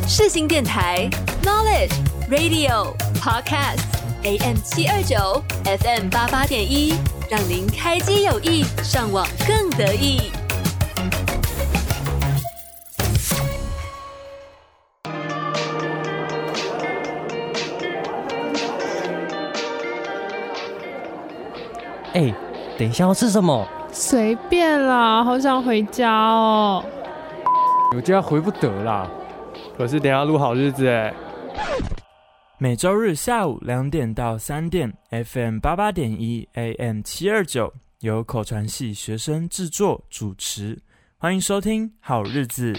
世新电台 Knowledge Radio Podcast AM 729 FM 88.1，让您开机有益，上网更得意。 等一下要吃什么？ 随便啦，好想回家哦。 我就要回不得啦。可是等一下录好日子每周日下午2点到3点 ，FM 88.1 AM 729，由口传系学生制作主持，欢迎收听好日子。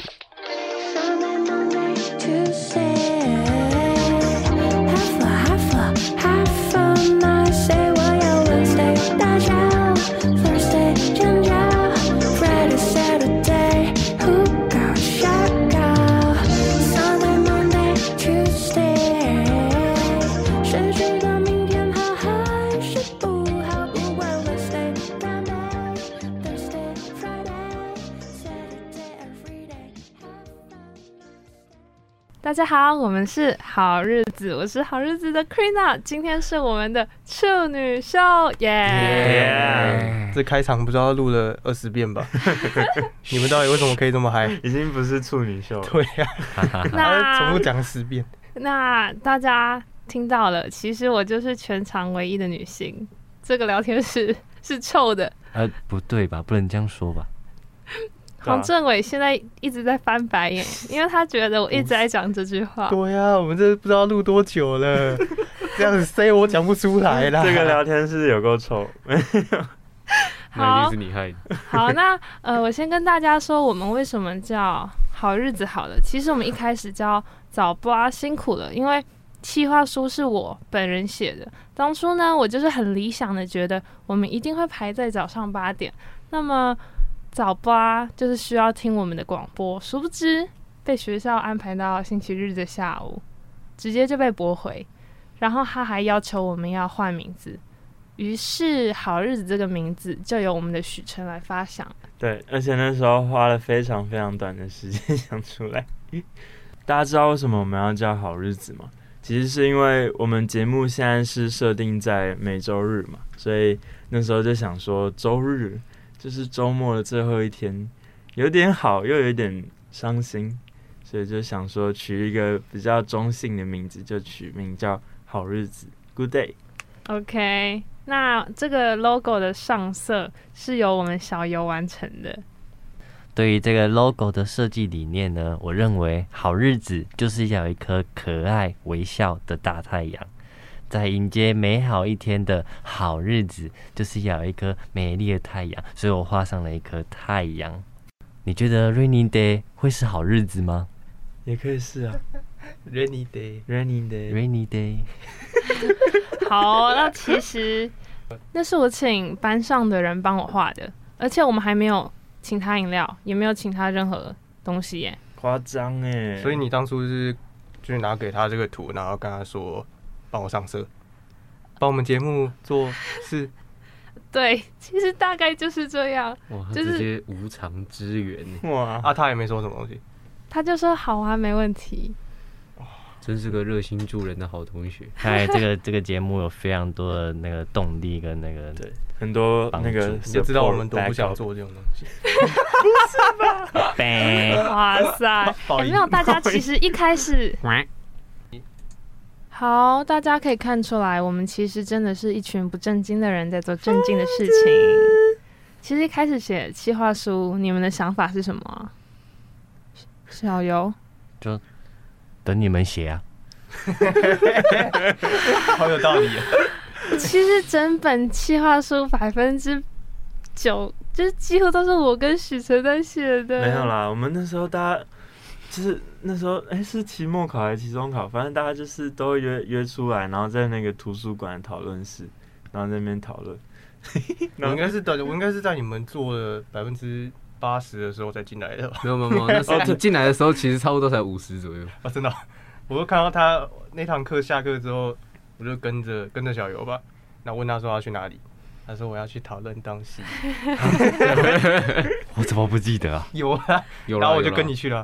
大家好，我们是好日子，我是好日子的 Krina， 今天是我们的处女秀，耶！ 这开场不知道录了20遍吧？你们到底为什么可以这么嗨？ 已经不是处女秀了。 对呀、啊，重复讲10遍。 那大家听到了，其实我就是全场唯一的女性。这个聊天室是臭的。 不对吧？不能这样说吧？ 黄政伟现在一直在翻白眼，因为他觉得我一直在讲这句话。 对呀、啊，我们这不知道录多久了，这样子 say 我讲不出来啦。 这个聊天室有够臭。 那一定是你害的。 好，那我先跟大家说，我们为什么叫好日子好了。其实我们一开始叫早八辛苦了，因为企划书是我本人写的。当初呢，我就是很理想的觉得我们一定会排在早上8点。那么早八就是需要听我们的广播，殊不知被学校安排到星期日的下午，直接就被驳回。然后他还要求我们要换名字，于是好日子这个名字就由我们的许晨来发想。 对，而且那时候花了非常非常短的时间想出来。大家知道为什么我们要叫好日子吗？其实是因为我们节目现在是设定在每周日嘛，所以那时候就想说周日就是周末的最后一天，有点好又有点伤心，所以就想说取一个比较中性的名字，就取名叫好日子 Good Day。OK， 那这个 logo 的上色是由我们小游完成的。 对于这个 logo 的设计理念呢，我认为好日子就是要有一颗可爱微笑的大太阳。在迎接美好一天的好日子，就是要有一颗美丽的太阳，所以我画上了一颗太阳。你觉得 Rainy Day 会是好日子吗？ 也可以是啊。 Rainy Day， Rainy Day， Rainy Day。 好，那其实那是我请班上的人帮我画的，而且我们还没有请他饮料，也没有请他任何东西耶。 夸张耶！ 所以你当初就是拿给他这个图，然后跟他说帮我上色，帮我们节目做事。 对，其实大概就是这样。 哇， 就是直接无偿支援。 哇啊，他也没说什么东西， 他就说好啊，没问题。 真是个热心助人的好同学。 看来这个节目有非常多的那个动力跟那个对很多那个， 你就知道我们多不想做这种东西。 不是吧？哇塞！没有，大家其实一开始。好，大家可以看出来，我们其实真的是一群不正经的人在做正经的事情。其实一开始写企划书，你们的想法是什么啊？小游就等你们写啊。 好有道理。 其实整本企划书9%就是几乎都是我跟许晨在写的。 没有啦，我们那时候大家就是那时候是期末考还是期中考，反正大家就是都会约出来，然后在那个图书馆讨论室，然后在那边讨论。 我应该是在你们做了80%的时候才进来的吧？ 没有，那时候进来的时候其实差不多才50左右。 啊，真的，我就看到他那堂课下课之后，我就跟着小游吧，然后问他说要去哪里，他说我要去讨论东西。 我怎么不记得啊？ 有啊，然后我就跟你去了。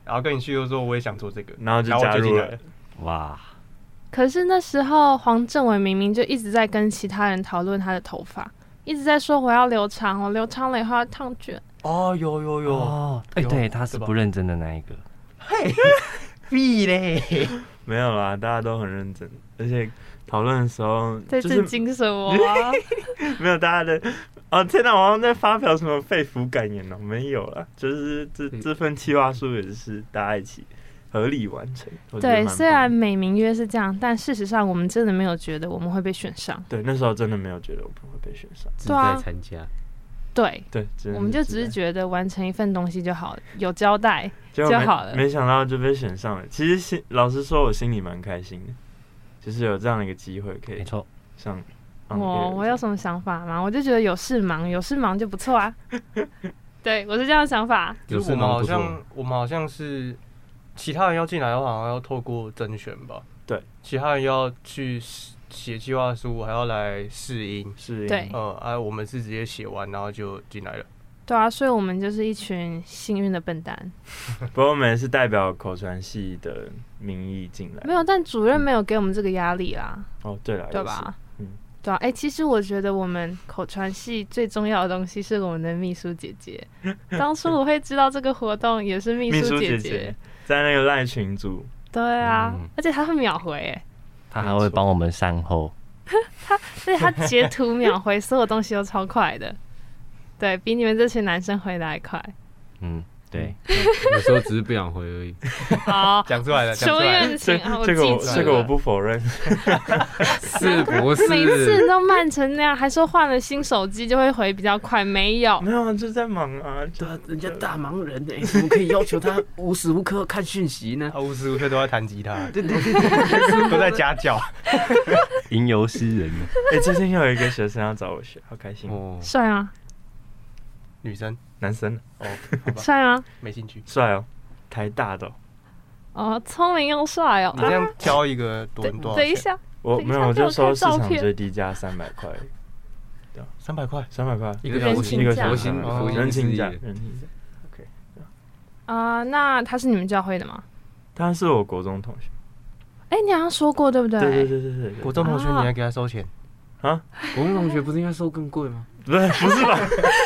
然后跟你去就说我也想做这个， 然后就我加入了进来了。 哇， 可是那时候黄政伟明明就一直在跟其他人讨论他的头发，一直在说我要留长，我留长了以后要烫卷。 哦，有哦，对，他是不认真的那一个。 嘿，屁嘞！ 没有啦，大家都很认真，而且讨论的时候在就是震惊什么啊？ 没有大家的。哦天哪，我好像在发表什么肺腑感言哦，没有啦，就是这份企划书也是大家一起合理完成。 对，虽然美名曰是这样，但事实上我们真的没有觉得我们会被选上。 对，那时候真的没有觉得我们会被选上。 志在参加。 对，我们就只是觉得完成一份东西就好了，有交代就好了。 没想到就被选上了。其实老实说，我心里蛮开心的，就是有这样的一个机会可以上。 我有什么想法吗？我就觉得有事忙就不错啊。对，我是这样的想法。 就是我们好像是其他人要进来的话，好像要透过甄选吧？ 对， 其他人要去写计划书，还要来试音。 对， 我们是直接写完然后就进来了。 对啊，所以我们就是一群幸运的笨蛋。 不过我们也是代表口传系的名义进来。 没有，但主任没有给我们这个压力啦。 哦，对了， 对吧？对啊，其实我觉得我们口传系最重要的东西是我们的秘书姐姐。当初我会知道这个活动也是秘书姐姐在那个赖群组。 对啊，而且他会秒回他还会帮我们善后。 而且他截图秒回，所有东西都超快的，对比你们这群男生回的还快。 对， 有时候只是不想回而已。 好， 讲出来了， 出院请这个我不否认。 是不是？ 每次都慢成那样，还说换了新手机就会回比较快，没有， 就在忙啊。 对啊，人家大忙人怎么可以要求他无时无刻看讯息呢？ 他无时无刻都在弹吉他，对，都在夹脚， 吟游诗人。 最近有一个学生要找我学，好开心哦。 帅吗？ 女生？ 男生哦， 帅吗？ 没兴趣。 帅哦，台大的哦，聪明又帅哦。 你这样挑一个多少钱？ 等一下， 我没有，我就说市场最低价300块。 对，300块 ，300块， 一个人情价， 人情价。OK。 那他是你们教会的吗？ 他是我国中同学。 你好像说过对不对？ 对。 国中同学你还给他收钱啊？ 国中同学不是应该收更贵吗？ 不是吧？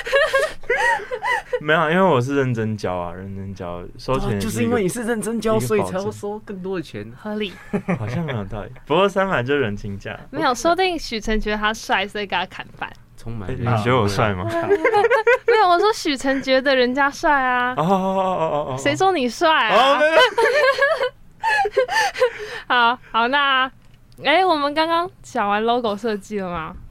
没有，因为我是认真教啊，收钱就是因为你是认真教，所以才要收更多的钱， 合理。 好像没有道理，不过300就人情价。 没有，说不定许晨觉得他帅，所以给他砍半。 充满你觉得我帅吗？ 没有，我说许晨觉得人家帅啊。 哦， 谁说你帅啊？好，那我们刚刚讲完 logo 设计了吗？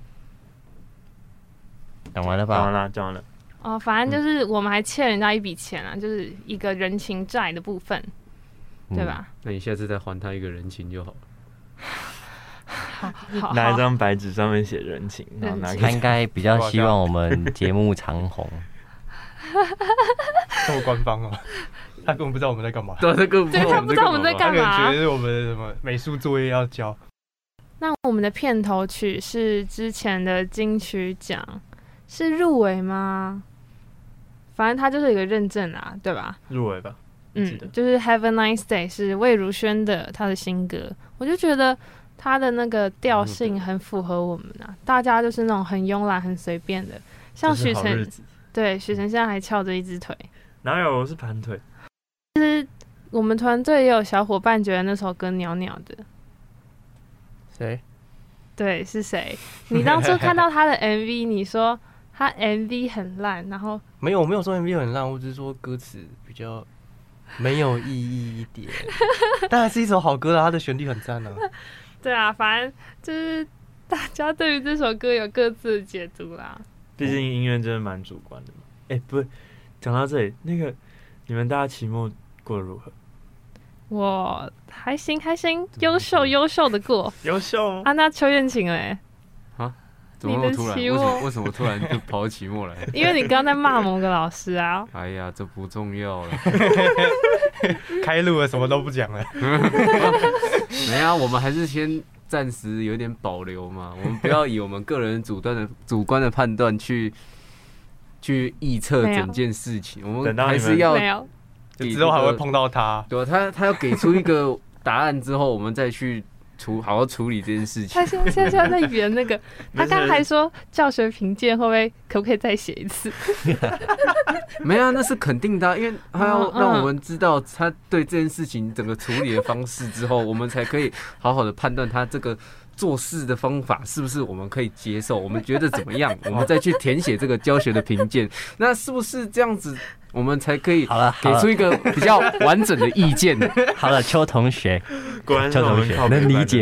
讲完了吧？ 讲完了。 反正就是我们还欠人家一笔钱啊，就是一个人情债的部分，对吧？ 那你下次再还他一个人情就好了。 拿一张白纸上面写人情，然后拿给他应该比较希望我们节目长红。 这么官方哦，他根本不知道我们在干嘛。 对，他根本不知道我们在干嘛。 他可能觉得我们什么美术作业要交。 那我们的片头曲是之前的金曲奖，是入围吗？反正它就是有一个认证啦，对吧？ 入围吧。 就是 Have a Nice Day 是魏如萱的她的新歌，我就觉得她的那个调性很符合我们啊，大家就是那种很慵懒、很随便的，像许晨，对，许晨现在还翘着一只腿， 哪有？我是盘腿。 其实我们团队也有小伙伴觉得那首歌袅袅的。 谁？ 对，是谁？你当初看到他的 MV， 你说他 MV 很烂，然后没有，我没有说 MV 很烂，我只是说歌词比较没有意义一点，但还是一首好歌啊，它的旋律很赞啊。 对啊，反正就是大家对于这首歌有各自的解读啦。 毕竟音乐真的蛮主观的嘛。不是，讲到这里，那个你们大家期末过得如何？ 我还行，优秀的过。 优秀吗？ 那邱燕晴嘞？ 怎么那么突然？为什么突然就跑到期末来？ 因为你刚刚在骂某个老师啊。 哎呀，这不重要了。 开录了，什么都不讲了。 没啊，我们还是先暂时有点保留嘛。我们不要以我们个人主观的判断去臆测整件事情。我们还是要之后还会碰到他。 对啊，他要给出一个答案之后，我们再去好好处理这件事情。 他现在在圆那个，他刚才说教学评鉴可不可以再写一次？ 没有，那是肯定的，因为他要让我们知道他对这件事情整个处理的方式之后，我们才可以好好的判断他这个做事的方法是不是我们可以接受，我们觉得怎么样，我们再去填写这个教学的评鉴，那是不是这样子？我们才可以给出一个比较完整的意见。 好了，邱同学，邱同学能理解。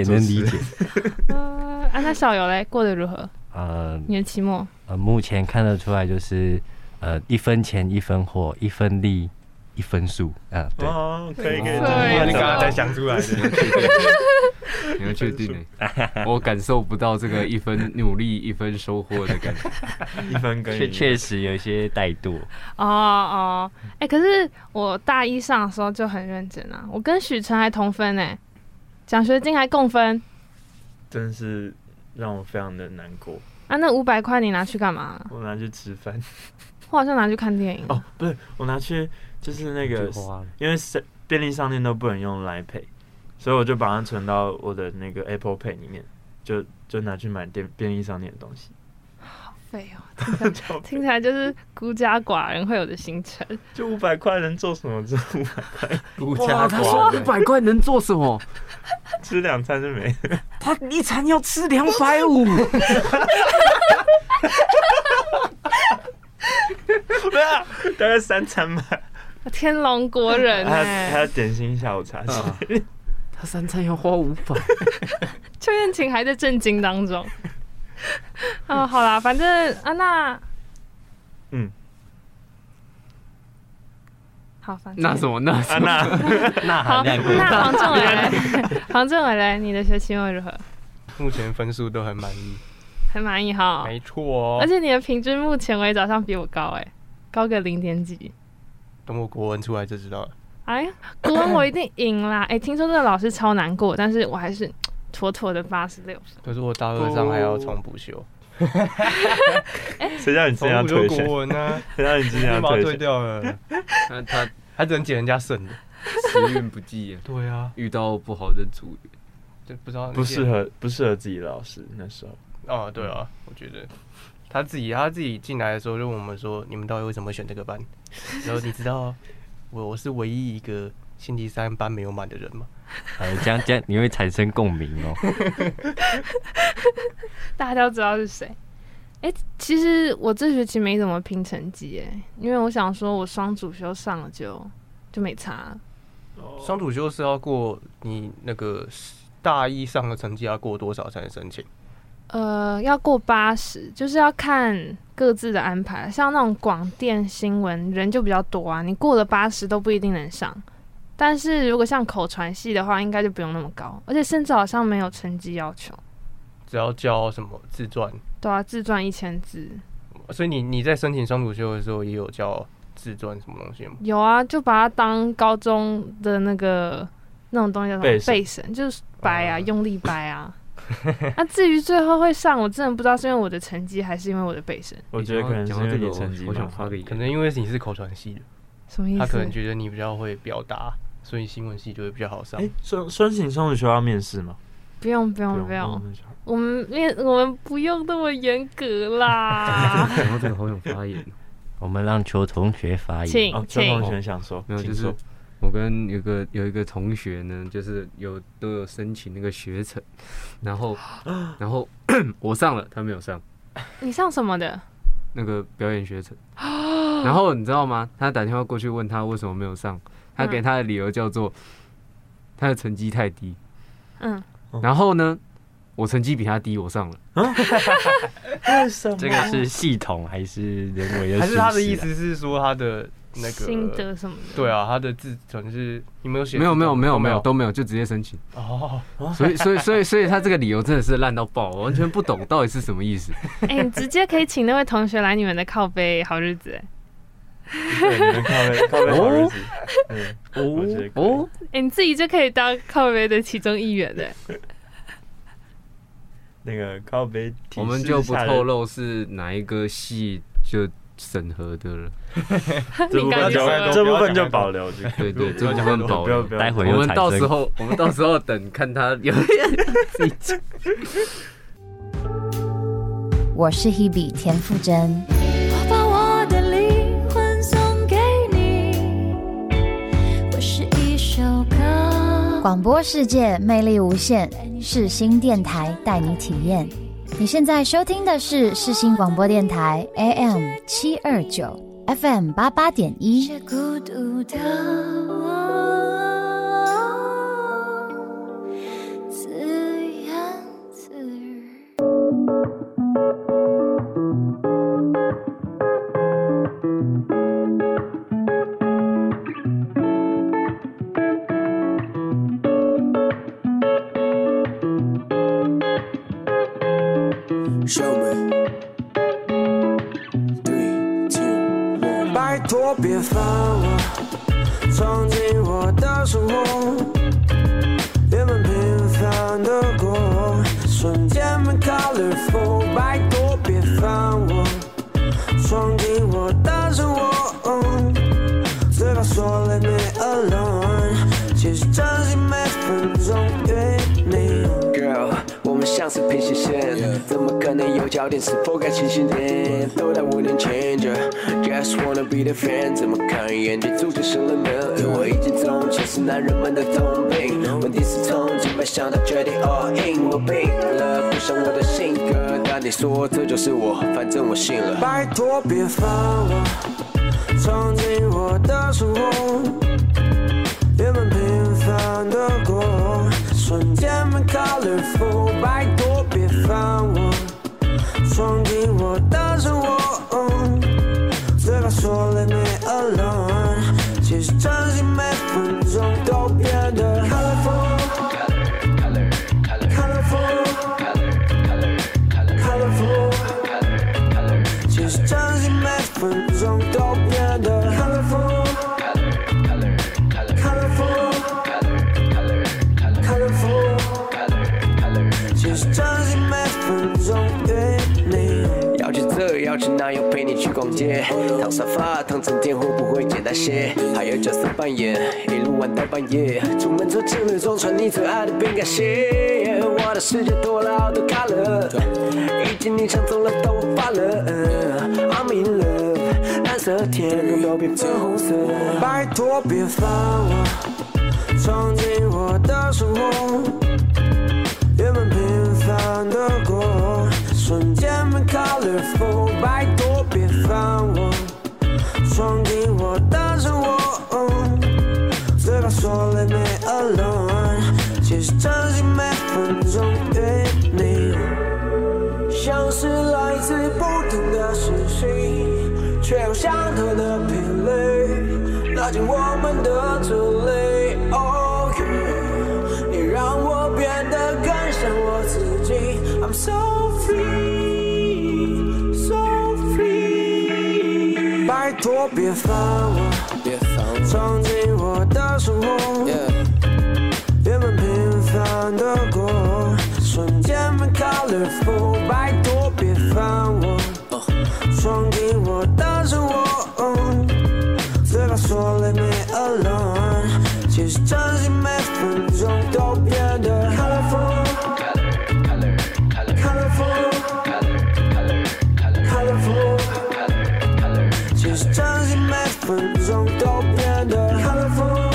那小游嘞过得如何？你的期末？ 目前看得出来就是1分钱1分货，1分力1分数啊。对， 可以， 你刚刚才想出来的。 你要确定我感受不到这个1分努力1分收获的感觉 ，1分耕确实有一些怠惰。 可是我大一上的时候就很认真啊，我跟许晨还同分奖学金还共分， 真是让我非常的难过。 那500块你拿去干嘛？ 我拿去吃饭， 我好像拿去看电影。 不是，我拿去就是那个，因为便利商店都不能用 Line Pay。所以我就把它存到我的那个 Apple Pay 里面，就拿去买便利商店的东西。 好废哦，听起来就是孤家寡人会有的行程。 就500块能做什么？这500块， 孤家寡人。他说500块能做什么？ 吃2餐就没了。 他一餐要吃250。 对啊，大概3餐吧。 天龙国人还有点心下午茶吃。 他3餐要花500， 邱燕晴还在震惊当中。好啦，反正那好，反正那什么那含量过那黄政伟嘞，你的学期末如何？ 目前分数都很满意， 很满意哈。 没错而且你的平均目前为止好像比我高高个0点几。 等我国文出来就知道了。 哎呀，国文我一定赢啦！听说这个老师超难过，但是我还是妥妥的86分。 可是我大2上还要重补修。 谁叫你之前要退选？ 国文呢？ 谁叫你之前要退掉了？他只能捡人家剩的， 时运不济。 对啊， 遇到不好的组员， 就不知道不适合自己的老师那时候。 对啊，我觉得他自己进来的时候就问我们说：“你们到底为什么选这个班？”然后你知道我是唯一一个星期3班没有满的人吗？ 这样你会产生共鸣哦。 大家都知道是谁。其实我这学期没怎么拼成绩因为我想说我双主修上了就没差了。 双主修是要过你那个大一上的成绩要过多少才能申请？ 要过80，就是要看各自的安排。像那种广电新闻人就比较多啊，你过了80都不一定能上。但是如果像口传系的话，应该就不用那么高，而且甚至好像没有成绩要求， 只要交什么自传。 对啊，自传1000字。 所以你在申请双主修的时候也有交自传什么东西吗？ 有啊，就把它当高中的那种东西叫什么备审，就是掰啊，用力掰啊。至于最后会上，我真的不知道是因为我的成绩还是因为我的备审。 我觉得可能是因为你成绩我想发个可能因为你是口传系的。 什么意思？ 他可能觉得你比较会表达，所以新闻系就会比较好上。 申请双主修要面试吗？ 不用，我们不用那么严格啦。 讲到这个好想发言， 我们让邱同学发言。 邱同学想说， 没有，就是我跟有一个同学呢，就是都有申请那个学程，然后我上了，他没有上。 你上什么的？ 那个表演学程。然后你知道吗？他打电话过去问他为什么没有上，他给他的理由叫做他的成绩太低。然后呢，我成绩比他低，我上了。 为什么？ 这个是系统还是人为的？ 还是他的意思是说他的那个心得什么的？ 对啊，他的字可能是你没有写？ 没有都没有，就直接申请。所以他这个理由真的是烂到爆，我完全不懂到底是什么意思。 你直接可以请那位同学来你们的靠背好日子。 对，你们靠背好日子。 你自己就可以当靠背的其中一员的。 那个靠背， 我们就不透露是哪一个系，就审核的了。 这部分就保留， 对，这部分保留。 待会我们到时候等看他留言自己讲。 我是 Hebe 田馥甄。 我把我的灵魂送给你，我是一首歌。 广播世界魅力无限，世新电台带你体验。你现在收听的是世新广播电台 AM 729 FM 88.1。 是孤独的我，自言自语。 Show me 3, 2, 1， 拜托别烦我，闯进我的生活，原本平凡的过，瞬间变 colorful。拜托别烦我，闯进我的生活，嘴巴说 Let me alone， 其实真心每分钟约你。Girl， 我们像是平行线，怎么可能有焦点？是否该清醒点？都在我眼前着 ，Just wanna be the fan， 怎么看眼睛注定是冷门？我已经从前是男人们的通病，问题是从今没想到决定 all in， 我病了，不像我的性格，但你说这就是我，反正我信了。拜托别烦我，闯进我的生活，原本平凡的过，瞬间变 colorful。拜托别烦我，闯进我的生活，嘴巴说 Let me alone， 其实真心每分钟都变得 colorful， 其实真心每分钟都变得 colorful， 其实真心每分钟约你。要去这，要去那，要陪你去逛街，躺沙发，躺整天会不会简单些？还有角色扮演，一路玩到半夜，出门走进日中，穿你最爱的饼干鞋。我的世界多了好多 color， 已经你抢走了，头发了。I'm in love， 蓝色天空都变粉红色。拜托别烦我，闯进我的生活，原本平凡的过，瞬间变 colorful。拜托别烦我，闯进我的生活，嘴巴说 Let me alone， 其实真心每分钟约你。像是来自不同的星星，却有相同的频率，拉近我们的距离。Oh yeah， 你让我变得更像我自己。I'm so free, so free。拜托别烦我，闯进我的生活，原本平凡的过，瞬间变 colorful。拜托别烦我，闯进我的生活，嘴巴说 Let me alone， 其实真心每分钟都变得 colorful， 其实真心每分钟都变得 colorful，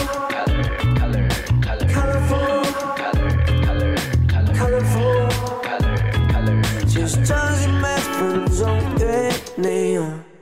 其实真心每分钟约你。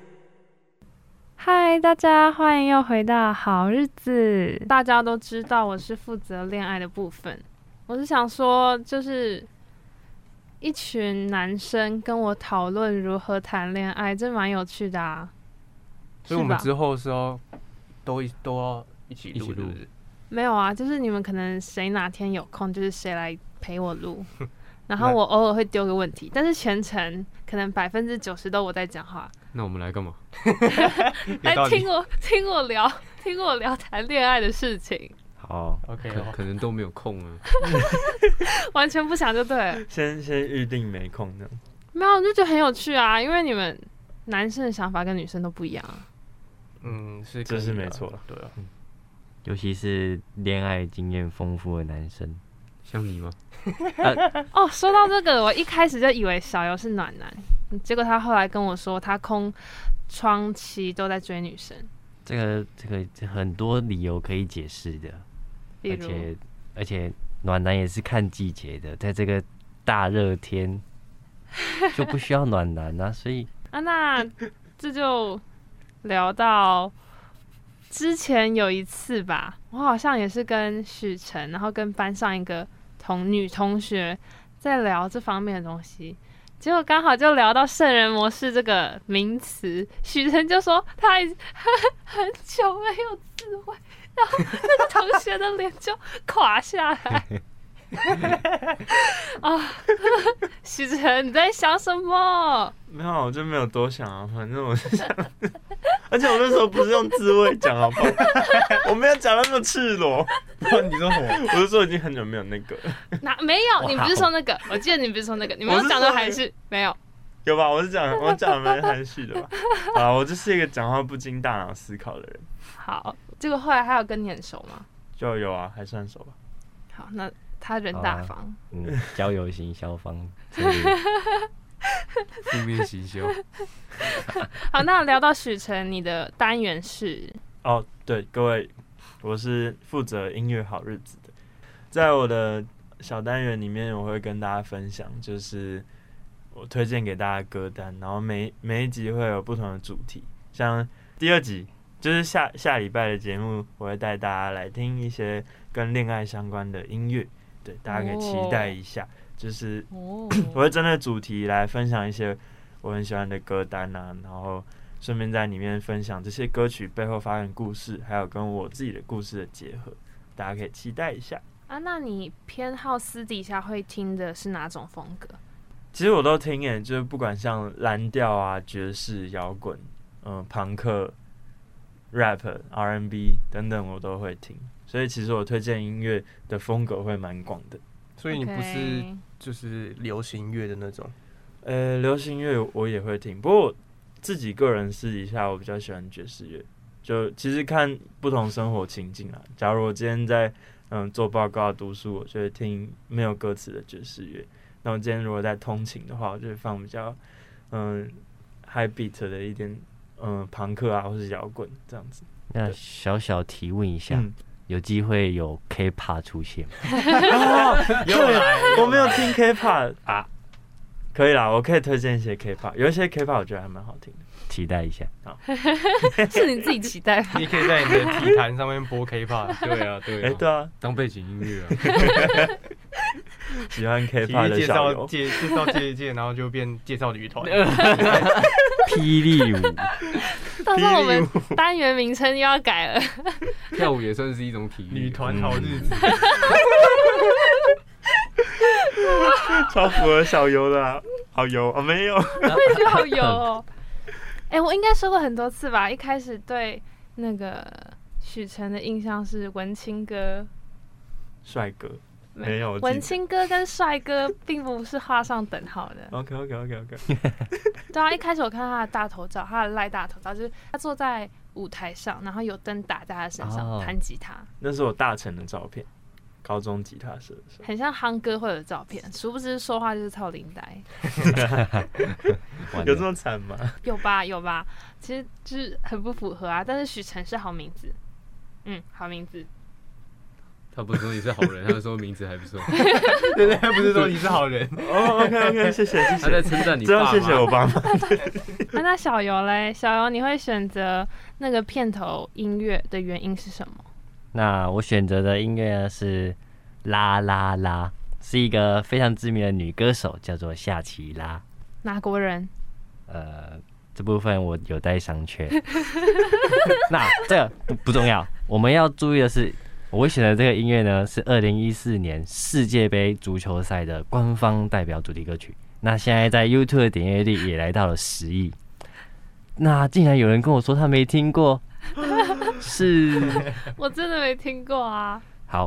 嗨，大家欢迎又回到好日子。大家都知道我是负责恋爱的部分，我是想说，就是一群男生跟我讨论如何谈恋爱，这蛮有趣的啊。 所以我们之后是要都要一起录，是不是？ 没有啊，就是你们可能谁哪天有空，就是谁来陪我录。然后我偶尔会丢个问题，但是全程可能90%都我在讲话。 那我们来干嘛？ 来听我聊谈恋爱的事情。 好 ，OK， 可能都没有空啊。 完全不想就对了。 先预定没空呢。 没有，我就觉得很有趣啊，因为你们男生的想法跟女生都不一样啊。 这是没错， 对啊， 尤其是恋爱经验丰富的男生， 像你吗？ 哦，说到这个，我一开始就以为小游是暖男，结果他后来跟我说，他空窗期都在追女生。 这个很多理由可以解释的， 例如而且暖男也是看季节的，在这个大热天就不需要暖男啊，所以那这就聊到之前有一次吧，我好像也是跟许晨，然后跟班上一个女同学在聊这方面的东西，结果刚好就聊到圣人模式这个名词，许晨就说他已经很久没有自慰，然后那个同学的脸就垮下来。啊，许晨你在想什么？ 没有，我就没有多想啊，反正我是想，而且我那时候不是用自慰讲，好不好？我没有讲那么赤裸。 你说什么？ 我是说已经很久没有那个。 没有，你不是说那个？我记得你不是说那个，你没有讲到含蓄，没有。 有吧？我讲的蛮含蓄的吧？啊，我就是一个讲话不经大脑思考的人。 好，结果后来还有跟你很熟吗？ 就有啊，还算熟吧。 好，那他人大方， 交友行销方， 负面行销。 好，那聊到许晨，你的单元是？ 哦，对，各位，我是负责音乐好日子的，在我的小单元里面，我会跟大家分享，就是我推荐给大家的歌单，然后每一集会有不同的主题，像第2集就是下礼拜的节目，我会带大家来听一些跟恋爱相关的音乐，对，大家可以期待一下。就是我会针对主题来分享一些我很喜欢的歌单啊，然后顺便在里面分享这些歌曲背后发生的故事，还有跟我自己的故事的结合，大家可以期待一下啊。那你偏好私底下会听的是哪种风格？ 其实我都听耶，就是不管像蓝调啊、爵士、摇滚、朋克、rap、R&B 等等，我都会听。所以其实我推荐音乐的风格会蛮广的。 所以你不是就是流行乐的那种？ 流行乐我也会听，不过我自己个人私底下我比较喜欢爵士乐。就其实看不同生活情境啊。假如我今天在做报告读书，我就会听没有歌词的爵士乐。那我今天如果在通勤的话，我就会放比较high beat 的一点朋克啊，或是摇滚这样子。 那小提问一下。有机会有 K-pop 出现吗？ 对，我没有听 K-pop 啊，可以啦，我可以推荐一些 K-pop， 有一些 K-pop 我觉得还蛮好听的， 期待一下。 好， 是你自己期待吧？ 你可以在你的体坛上面播 K-pop， 对啊， 对啊， 当背景音乐啊。 喜欢 K-pop 的小友， 介绍一届，然后就变介绍女团， 霹雳舞。 到时候我们单元名称又要改了。 跳舞也算是一种体育。 女团好日子， 超符合小游的啦，好油啊，没有， 我也觉得好油哦。我应该说过很多次吧。一开始对那个许晨的印象是文青哥、 帅哥。没有， 文青哥跟帅哥并不是画上等号的。 OK。 对啊，一开始我看到他的大头照，他的赖大头照，就是他坐在舞台上，然后有灯打在他身上弹吉他。 那是我大成的照片，高中吉他社的时候， 很像夯哥会有的照片，殊不知说话就是操领带。 有这么惨吗？ 有吧，其实就是很不符合啊。但是许晨是好名字，好名字。 他不是说你是好人，他说名字还不错。 对，他不是说你是好人。 OK， 谢谢。 他在称赞你爸妈。 谢谢我爸妈。 那小游嘞？小游，你会选择那个片头音乐的原因是什么？ 那我选择的音乐呢是啦啦啦，是一个非常知名的女歌手，叫做夏奇拉。 哪国人？ 这部分我有待商榷。那这个不重要，我们要注意的是。我会选的这个音乐呢，是2014年世界杯足球赛的官方代表主题歌曲。那现在在 YouTube 的点阅率也来到了10亿。那竟然有人跟我说他没听过，是我真的没听过啊。 好，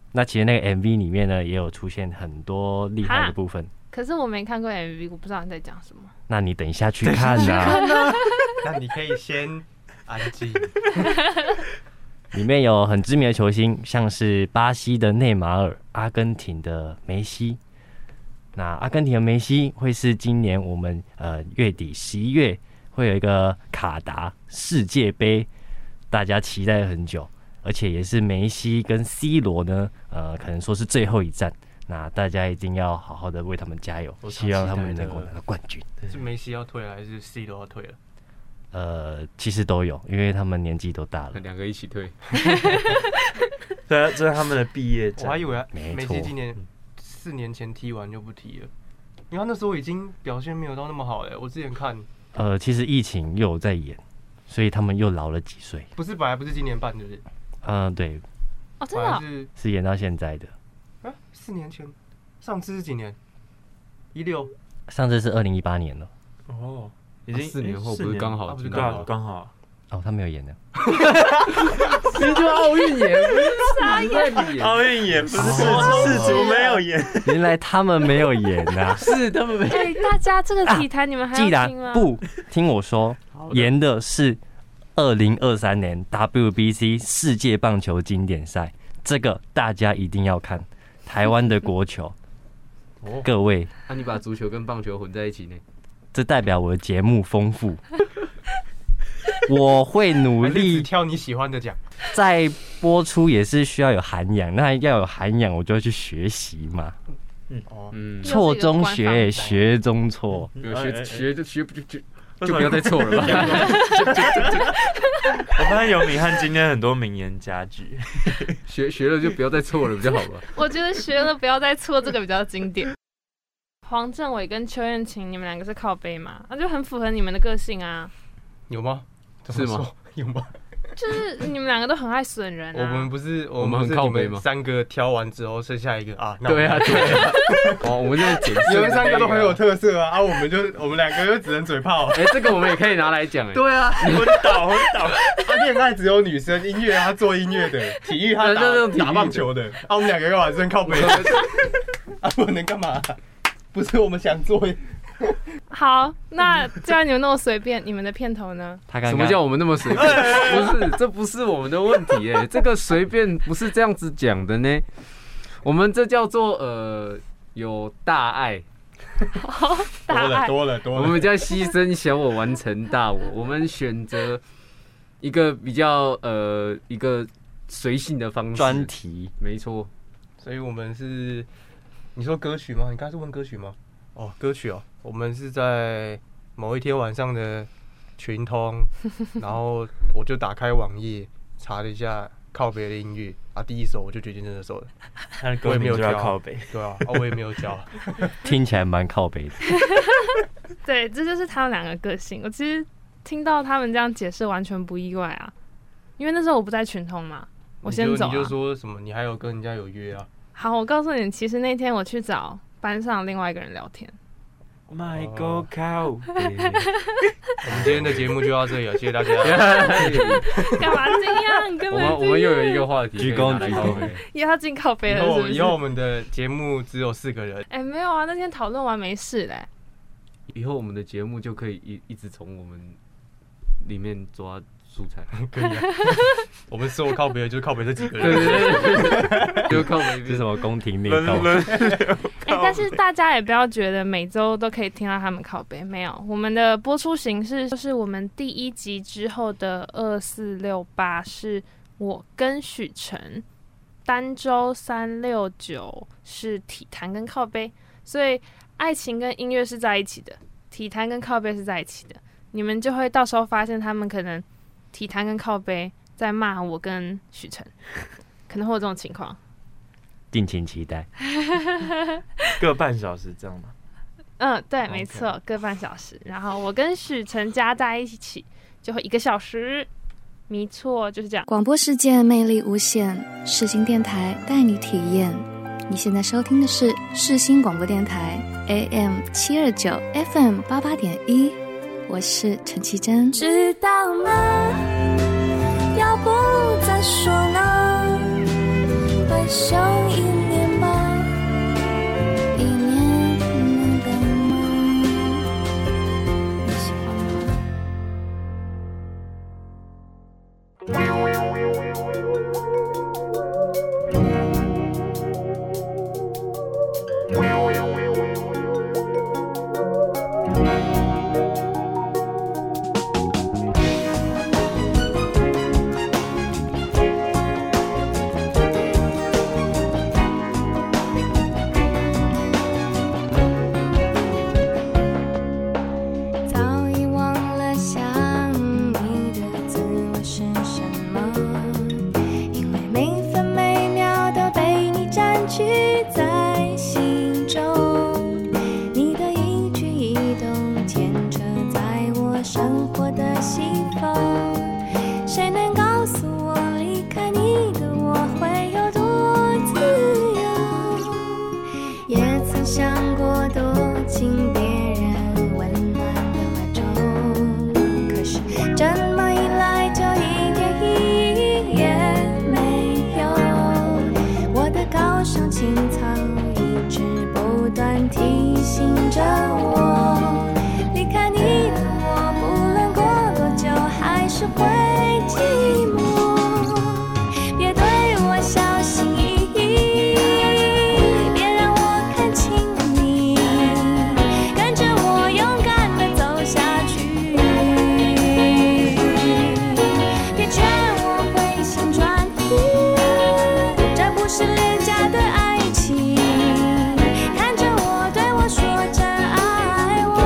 那其实那个 MV 里面呢，也有出现很多厉害的部分。 可是我没看过 MV， 我不知道你在讲什么。 那你等一下去看啊。 那你可以先安静。 里面有很知名的球星，像是巴西的内马尔、阿根廷的梅西。那阿根廷的梅西会是今年我们月底11月会有一个卡达世界杯，大家期待了很久，而且也是梅西跟 C 罗呢，可能说是最后一战。那大家一定要好好的为他们加油，希望他们能够拿到冠军。 是梅西要退了，还是 C 罗要退了？ 其实都有，因为他们年纪都大了， 两个一起退。 对啊，这是他们的毕业战。 我还以为梅西今年4年前踢完就不踢了，因为他那时候已经表现没有到那么好了。我之前看， 其实疫情又有在演，所以他们又老了几岁。 不是，本来不是今年办，对不对？ 对。 哦，真的是演到现在的。 4年前，上次是几年？16。 上次是2018年了。 哦。已经 4年后不是刚好？ 刚好。 哦，他没有演的。 你就奥运演，不是奥运演，不是世足没有演。 原来他们没有演啊！ 是他们没有。 对，大家这个体坛你们还要听吗？ 不听我说，演的是2023年 WBC 世界棒球经典赛，这个大家一定要看。台湾的国球，各位， 那你把足球跟棒球混在一起呢？ 这代表我的节目丰富，我会努力挑你喜欢的讲。 在播出也是需要有涵养，那要有涵养，我就要去学习嘛。错中学，学中错， 学就不要再错了吧。 我发现有敏汉今天很多名言佳句， 学了就不要再错了比较好吧。 我觉得学了不要再错这个比较经典。黄政伟跟邱燕晴，你们两个是靠背嘛？那就很符合你们的个性啊。 有吗？ 是吗？ 有吗？ 就是你们两个都很爱损人啊。 我们不是我们很靠背吗 ？3个挑完之后剩下一个啊。 对啊。哦，我们就检视。 你们3个都很有特色啊，我们2个就只能嘴炮。 这个我们也可以拿来讲。 对啊，昏倒。他恋爱只有女生，音乐他做音乐的，体育他打棒球的。我们2个干嘛真靠背？我能干嘛？不是我们想做。 好，那既然你们那么随便，你们的片头呢？ 什么叫我们那么随便？不是，这不是我们的问题这个随便不是这样子讲的呢。我们这叫做有大爱。 多了。 我们叫牺牲小我完成大我。我们选择一个比较一个随性的方式。 专题， 没错。 所以我们是。你说歌曲吗？你刚才是问歌曲吗？哦，歌曲哦，我们是在某一天晚上的群通，然后我就打开网页查了一下靠北的音乐啊，第一首我就决定这首了。我也没有教靠北， 对啊，我也没有教。 听起来蛮靠北的。 对，这就是他们两个个性。我其实听到他们这样解释完全不意外啊，因为那时候我不在群通嘛，我先走、啊。 你就说什么？你还有跟人家有约啊？ 好，我告诉你，其实那天我去找班上另外一个人聊天。 My God， 靠！我们今天的节目就到这里了，谢谢大家。 干嘛这样？ 我们又有一个话题， 鞠躬。 也要进靠背了是不是？ 以后我们的节目只有4个人。 没有啊，那天讨论完没事嘞。 以后我们的节目就可以一直从我们里面抓素材， 可以啊。我们所有靠北的就是靠北这几个人， 对，就靠北是什么宫廷内斗？ 但是大家也不要觉得每周都可以听到他们靠北，没有。我们的播出形式就是我们第1集之后的2468是我跟许晨，单周369是体坛跟靠北，所以爱情跟音乐是在一起的，体坛跟靠北是在一起的。你们就会到时候发现他们可能体坛跟靠北在骂我跟许晨，可能会有这种情况， 敬请期待。 各半小时这样吗？ 对，没错，各半小时。然后我跟许晨加在一起就会1个小时，没错，就是这样。 广播世界魅力无限，世新电台带你体验。你现在收听的是世新广播电台 AM 729 FM 88.1。我是陈绮贞。 知道吗？要不再说呢？为休1年吧，1年能干嘛？你喜欢吗？早已忘了想你的滋味是什么，因为每分每秒都被你占据在心中，你的一举一动牵扯在我生活的西风，谁能告诉我离开你的我会有多自由？也曾想过躲进别人温暖的怀中，可是这么一来就一点意义也没有。我的高尚情操一直不断提醒着我，离开你的我不论过多久还是会寂寞。别对我小心翼翼，别让我看清你，跟着我勇敢地走下去。别劝我回心转意，这不是廉价的爱情。看着我，对我说着爱我。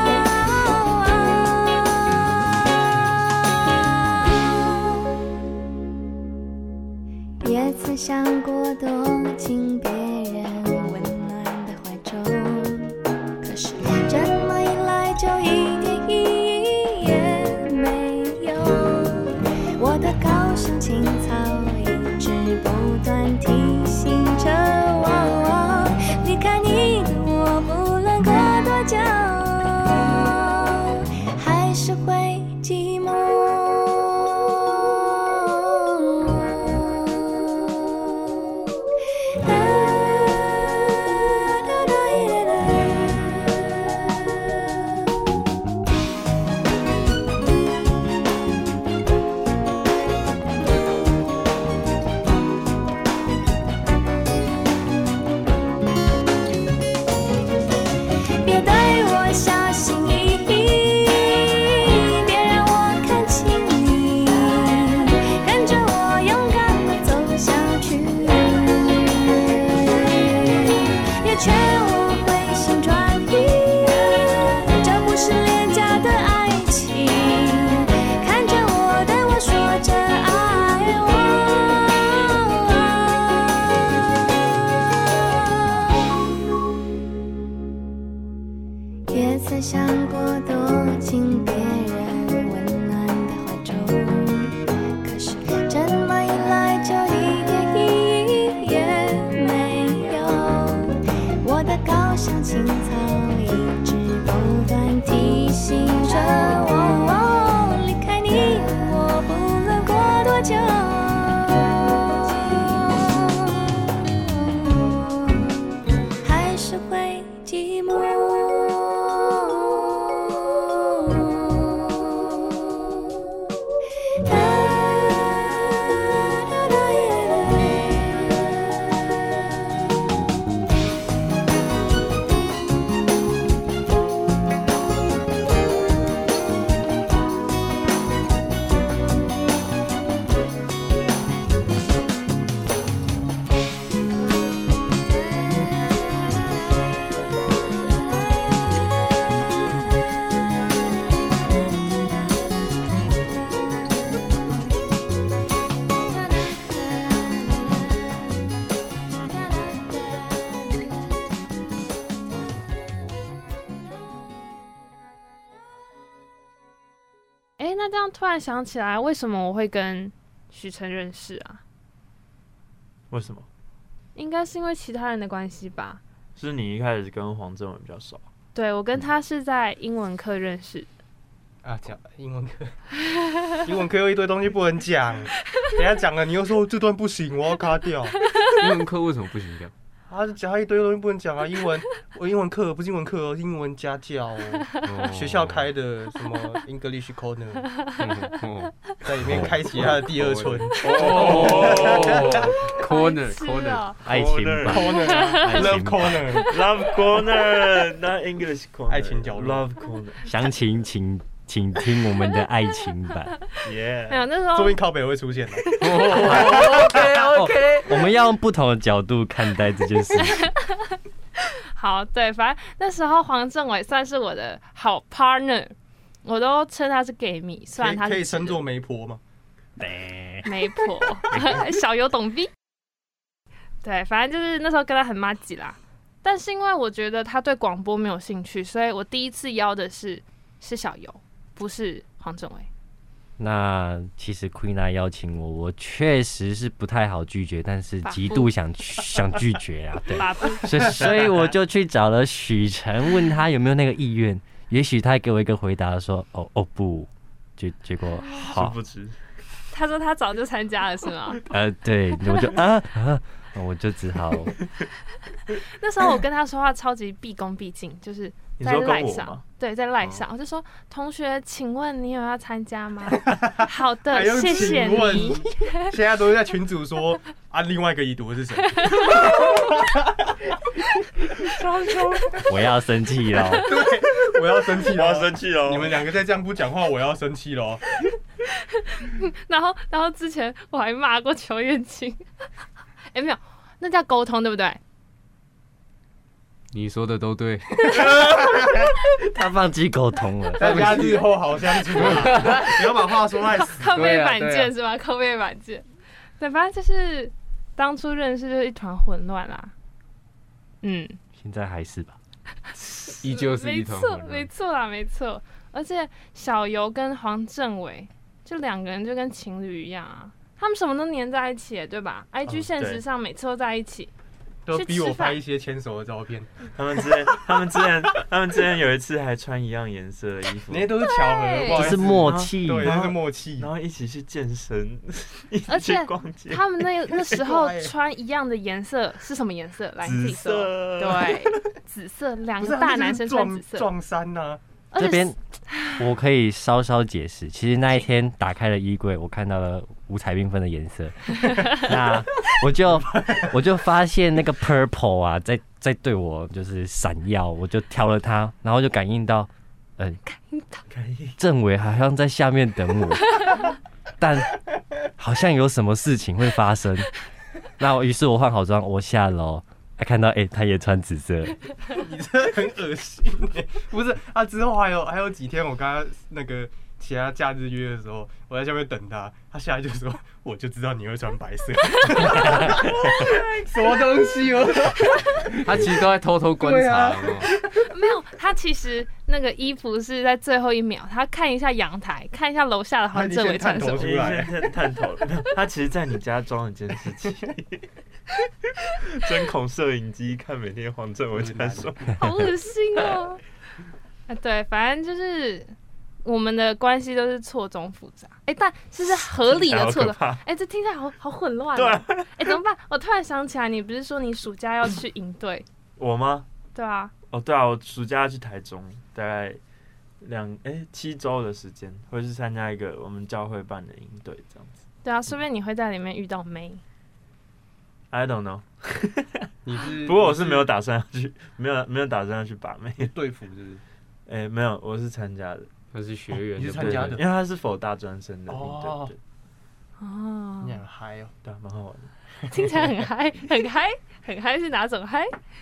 也曾想过躲进别人温暖的怀中，可是这么一来就一点意义也没有。我的高尚情操一直不断提醒着我，离开你的我不论过多久还是会寂寞。别对我小心翼翼，别让我看清你，跟着我勇敢地走下去。别劝我回心转意，这不是廉价的爱情。看着我，对我说着爱我。也曾想过躲进别人温暖的怀中，可是这么一来就一点意义也没有。我的高尚情操一直不断提醒着我，离开你的我不论过多久还是会寂寞。 那这样突然想起来，为什么我会跟许晨认识啊？ 为什么？ 应该是因为其他人的关系吧。 是你一开始跟黄正文比较熟？ 对，我跟他是在英文课认识的。 啊，讲英文课，英文课有一堆东西不能讲，等一下讲了你又说这段不行，我要卡掉。 英文课为什么不行讲？ 他讲一堆东西不能讲啊，我英文课不是英文课哦，英文家教哦，学校开的什么 English Corner， 在里面开启他的第二春。 Corner， 爱情版 Corner，Love Corner，Love Corner， 那 English Corner， 爱情角落 ，Love Corner， 详情请听我们的爱情版。 没有那时候， 说不定靠北会出现的。 OK， 我们要用不同的角度看待这件事情。 好，对，反正那时候黄政伟算是我的好 partner， 我都称他是 gay 蜜，虽然他是可以称作媒婆吗？ 媒婆，小有懂逼。对，反正就是那时候跟他很麻吉啦。但是因为我觉得他对广播没有兴趣，所以我第一次邀的是小游，不是黄政伟。 那其实 Queena 邀请我，我确实是不太好拒绝，但是极度想拒绝啊，对，所以我就去找了许晨，问他有没有那个意愿，也许他给我一个回答说，哦不，结果好， 不知他说他早就参加了是吗？ 对，我就只好。 那时候我跟他说话超级毕恭毕敬，就是在赖上，对，在赖上，我就说同学，请问你有要参加吗？好的，谢谢你。 现在都在群组说啊，另外一个已读的是谁？ 我要生气了， 对，我要生气了， 我要生气了！ 你们两个再这样不讲话，我要生气了。 然后之前我还骂过邱彦青。没有，那叫沟通，对不对？ 你说的都对。 他放弃沟通了， 大家日后好相处啊！不要把话说太死。 靠背板件是吧？靠背板件。对，反正就是当初认识就是一团混乱啦。 现在还是吧， 依旧是一团混乱。 没错啦，没错。而且小游跟黄政伟就两个人就跟情侣一样啊。他们什么都黏在一起，对吧？IG 现实上每次都在一起， 都逼我拍一些牵手的照片。 他们之前有一次还穿一样颜色的衣服， 那些都是巧合， 这是默契， 对，这是默契。 然后一起去健身，一起去逛街。 他们那时候穿一样的颜色是什么颜色？来，你自己说。对，紫色，两个大男生穿紫色。 撞衫呐。 这边我可以稍稍解释，其实那一天打开了衣柜，我看到了五彩缤纷的颜色，那我就发现那个 purple 啊，在对我就是闪耀，我就挑了它，然后就感应到，政委好像在下面等我，但好像有什么事情会发生，那于是我换好妆，我下楼。看到他也穿紫色， 你真的很恶心哎！不是啊，之后还有几天，我跟他那个其他假日约的时候，我在下面等他，他下来就说，我就知道你会穿白色，什么东西哦？ 他其实都在偷偷观察， 没有，他其实那个衣服是在最后一秒，他看一下阳台，看一下楼下的黄政伟穿什么， 探头，他其实在你家装了监视器。针孔摄影机看每天黄政伟在说， 好恶心哦！对，反正就是我们的关系都是错综复杂，但是合理的错综。这听起来好混乱哦。怎么办？我突然想起来，你不是说你暑假要去营队？ 我吗？ 对啊。 对啊，我暑假要去台中，大概7周的时间，会是参加一个我们教会办的营队这样子。 对啊，说不定你会在里面遇到妹。 I don't know 不过我是没有打算要去，没有打算要去把妹。 队服是不是？ 没有，我是参加的。 他是学员， 你是参加的， 因为他是否大专生的。 哦， 你很嗨哦， 对，蛮好玩的。 听起来很嗨，很嗨，很嗨是哪种嗨？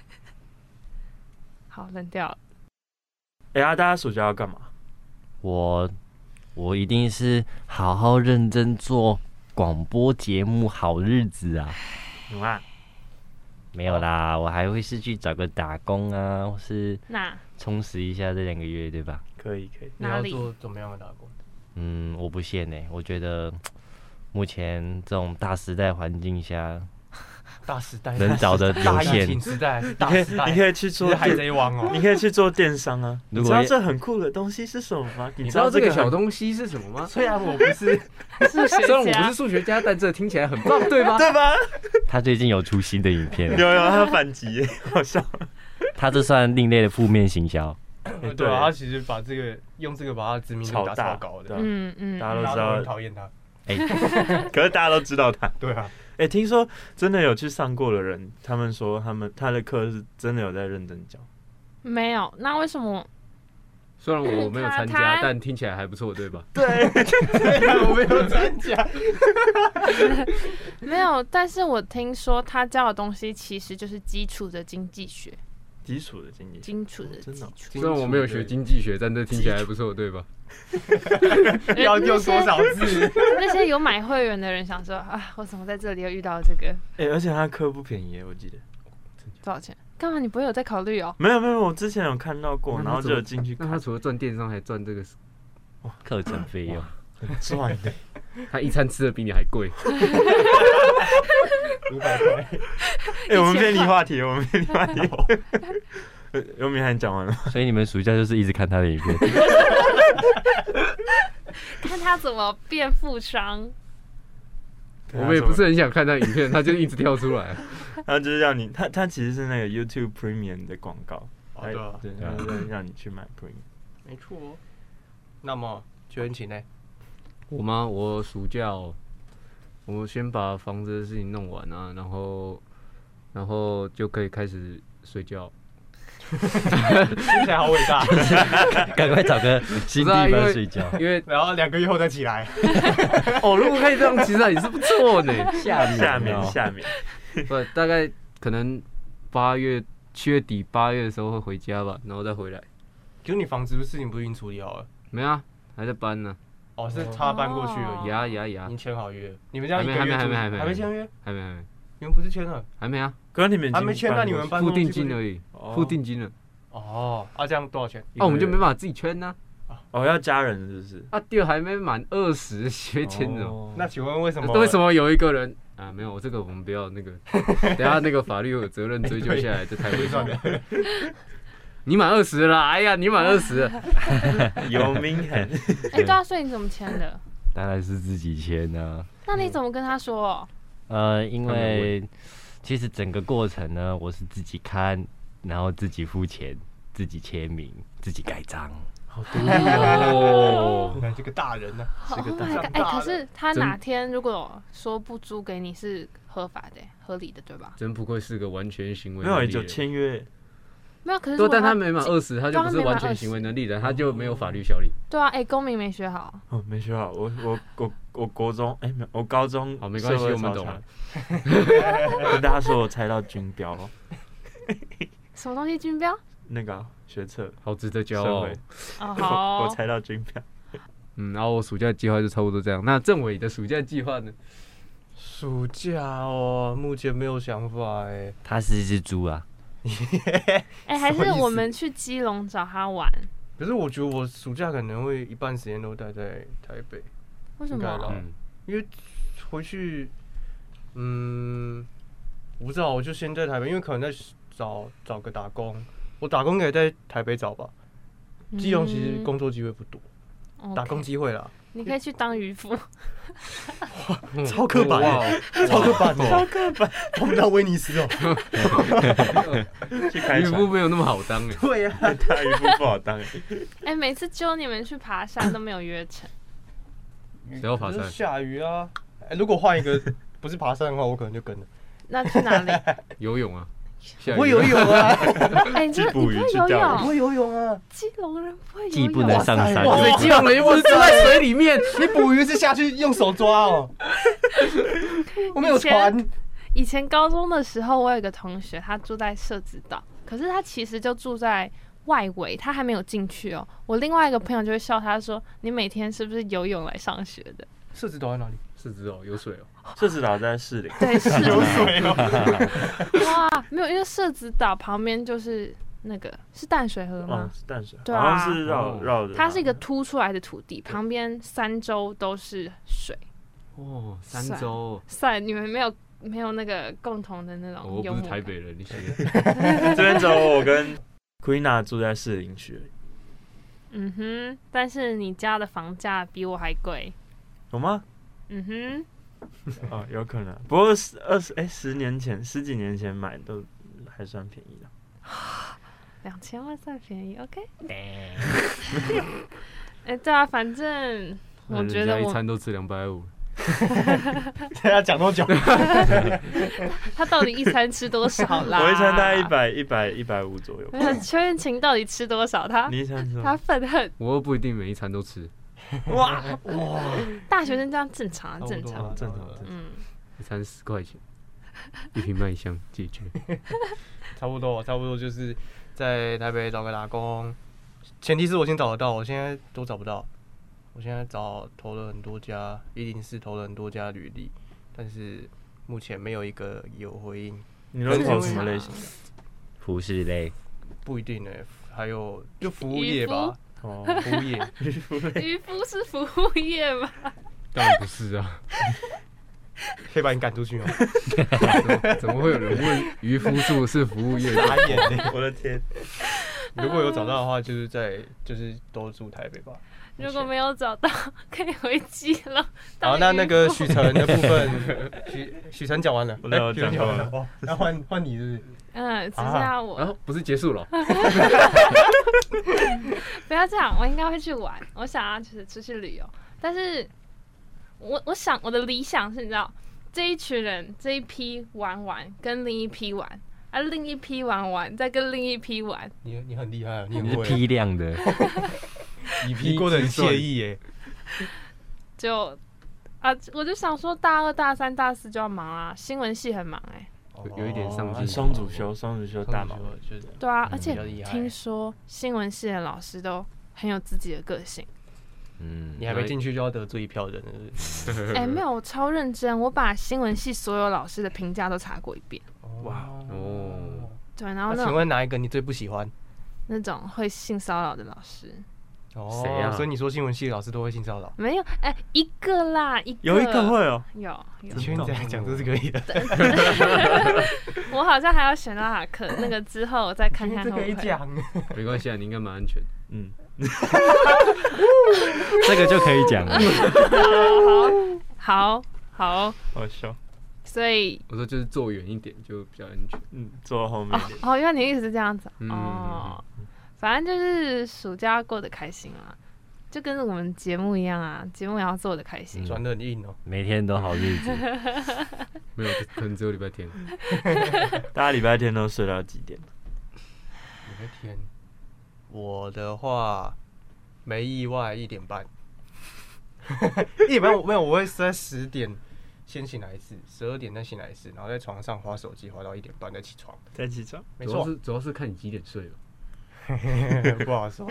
好，冷掉了。 大家暑假要干嘛？ 我一定是好好认真做广播节目好日子啊。没有啦，我还会是去找个打工啊，或是充实一下这2个月，对吧？ 可以。 你要做怎么样的打工？ 我不限我觉得目前这种大时代环境下， 大时代能找的有大疫限情。时代，大时代， 你可以去做海贼王哦。 你可以去做电商啊。你如果知道这很酷的东西是什么吗？ 你知道这个小东西是什么吗？ 虽然我不是， 数学虽然我不家是数学家，但这听起来很棒，对吧？ 对吧？ 他最近有出新的影片， 有他有反击耶，好笑。 他这算另类的负面行销。 对啊，他其实把这个用这个把他的知名度打超高的， 大家都知道很讨厌他。 可是大家都知道他。 对啊。 听说真的有去上过的人，他们说他的课是真的有在认真教。 没有，那为什么？ 虽然我没有参加，但听起来还不错，对吧？ 对，虽然我没有参加， 没有，但是我听说他教的东西其实就是基础的经济学。 基础的经济学， 基础的基础。 虽然我没有学经济学，但这听起来还不错，对吧？ 要用多少字？ 那些有买会员的人想说啊，我怎么在这里又遇到这个？ 而且他课不便宜，我记得。 多少钱？干嘛？你不会有在考虑哦？ 没有，我之前有看到过，然后就有进去看。 那他除了赚电商，还赚这个课程费用， 很赚的。 他一餐吃的比你还贵。 500块。 我们偏离话题，尤米涵讲完了， 所以你们暑假就是一直看他的影片， 看他怎么变富商。 我们也不是很想看他影片，他就一直跳出来。 他就是让你，他其实是那个 YouTube Premium 的广告，对，让你去买 Premium。 没错。那么全勤呢？ 我吗？我暑假我先把房子的事情弄完啊，然后就可以开始睡觉。 听起来好伟大！ 赶快找个新地方睡觉， 因为然后2个月后再起来。 如果可以这样，其实也是不错呢。 下面， 不，大概可能7月底8月的时候会回家吧，然后再回来。 可是你房子的事情不是已经处理好了？ 没啊，还在搬呢。 是他搬过去而已。 呀， 已经签好约。你们这样1个月还没签约？ 还没。 你们不是签了？ 还没啊。 可是你们还没签，那你们搬付定金而已，付定金了。 这样多少钱？ 我们就没办法自己圈呢。 要加人是不是？ 第二还没满20，学签的。 那请问为什么有一个人没有这个我们不要那个，等下那个法律有责任追究下来，这太危险了。你满20了，哎呀，你满20了， 有名很。 对啊，所以你怎么签的？ 当然是自己签啊。 那你怎么跟他说？ 因为其实整个过程呢，我是自己看，然后自己付钱，自己签名，自己盖章。 好独立哦！ 你看这个大人呢， 这个大人。可是他哪天如果说不租给你是合法的、合理的，对吧？ 真不愧是个完全行为没有就签约。 没有，可是但他没满20，他就不是完全行为能力人，他就没有法律效力。 对啊，公民没学好。 没学好，我国中我高中好没关系，我们懂了。 跟大家说，我猜到军标了。 什么东西军标？ 那个学测， 好值得骄傲。 好， 我猜到军标。 然后我暑假计划就差不多这样。那政委的暑假计划呢？ 暑假目前没有想法他是一只猪啊。 还是我们去基隆找他玩。 可是我觉得我暑假可能会一半时间都待在台北。 为什么？ 因为回去，我不知道，我就先在台北，因为可能在找个打工。我打工可以在台北找吧。基隆其实工作机会不多，打工机会啦。 你可以去当渔夫。 超刻板，超刻板，超刻板。我们当威尼斯渔夫没有那么好当对呀， 当渔夫不好当每次揪你们去爬山都没有约成。 谁要爬山？ 下雨啊！如果换一个不是爬山的话，我可能就跟了。 那去哪里？ 游泳啊！ 我会游泳啊！ 你不会游泳？ 我会游泳啊！ 基隆人不会游泳， 既不能上山， 哇塞！基隆人又不是住在水里面， 你捕鱼是下去用手抓哦。我没有船。 以前高中的时候，我有一个同学，他住在社子岛，可是他其实就住在外围，他还没有进去哦。我另外一个朋友就会笑他说：“你每天是不是游泳来上学的？” 社子岛在哪里？ 社子岛有水哦。 社子岛在士林。 对，士林有水哦。 哇，没有，因为社子岛旁边就是那个是淡水河吗？ 是淡水， 对啊， 好像是绕的。 它是一个凸出来的土地，旁边3周都是水。 3周。 算你们没有没有那个共同的那种幽默感。 我不是台北人，你信？ 这边只有我跟 Queena 住在士林区。 嗯哼，但是你家的房价比我还贵。 有吗？ 嗯哼。 哦，有可能。不过十几年前买都还算便宜的。 2000万算便宜 ，OK。对啊，反正我觉得一餐都吃250。 大家讲多久？ 他到底一餐吃多少啦？ 我一餐大概150左右。 邱燕晴到底吃多少？ 你一餐吃？ 他愤恨。 我又不一定每一餐都吃。 哇！ 大学生这样正常。 嗯，一餐10块钱，1瓶麦香解决。 差不多就是在台北找个打工，前提是我先找得到，我现在都找不到。我现在投了很多家104，投了很多家履历，但是目前没有一个有回应。 你都投什么类型的？ 服饰类？ 不一定还有就服务业吧。服务业。 渔夫是服务业吗？ 当然不是啊。 可以把你赶出去吗？ 怎么会有人问渔夫是服务业？ 傻眼欸！ 我的天！ 如果有找到的话，就是都住台北吧。 如果没有找到，可以回基隆。 好，那个许晨的部分，许晨讲完了， 我都有讲过了。 哦，那换你是不是？ 只剩下我。 不是结束了？ 不要这样，我应该会去玩。我想要就是出去旅游，但是我想我的理想是，你知道，这一群人这一批玩完，跟另一批玩。另一批玩，再跟另一批玩。 你很厉害啊！你很会。是批量的。 你批过得很惬意耶。 我就想说，大2、大3、大4就要忙啊，新闻系很忙有一点上进。 双主修大忙。 对啊，而且听说新闻系的老师都很有自己的个性。 你还没进去就要得罪一票人了。 没有，我超认真，我把新闻系所有老师的评价都查过一遍。 哇哦！ 对，然后请问哪一个你最不喜欢？ 那种会性骚扰的老师。 谁啊？所以你说新闻系的老师都会性骚扰？ 没有，一个啦， 有一个会哦。 有。 你确定这样讲这是可以的？ 我好像还要选到他的课，那个之后我再看看会不会。 可以讲。 没关系啊，你应该蛮安全。 这个就可以讲了。 好笑。 所以我说就是坐远一点就比较安全。 坐后面一点。 原来你的意思是这样子。反正就是暑假过得开心啊，就跟我们节目一样啊，节目也要做得开心。 转得很硬哦， 每天都好日子。 没有，可能只有礼拜天。 大家礼拜天都睡到几点？ 礼拜天，我的话没意外1点半。1点半没有，我会在10点先醒来一次，12点再醒来一次，然后在床上滑手机滑到1点半再起床。 再起床， 没错。 主要是看你几点睡了。 不好说。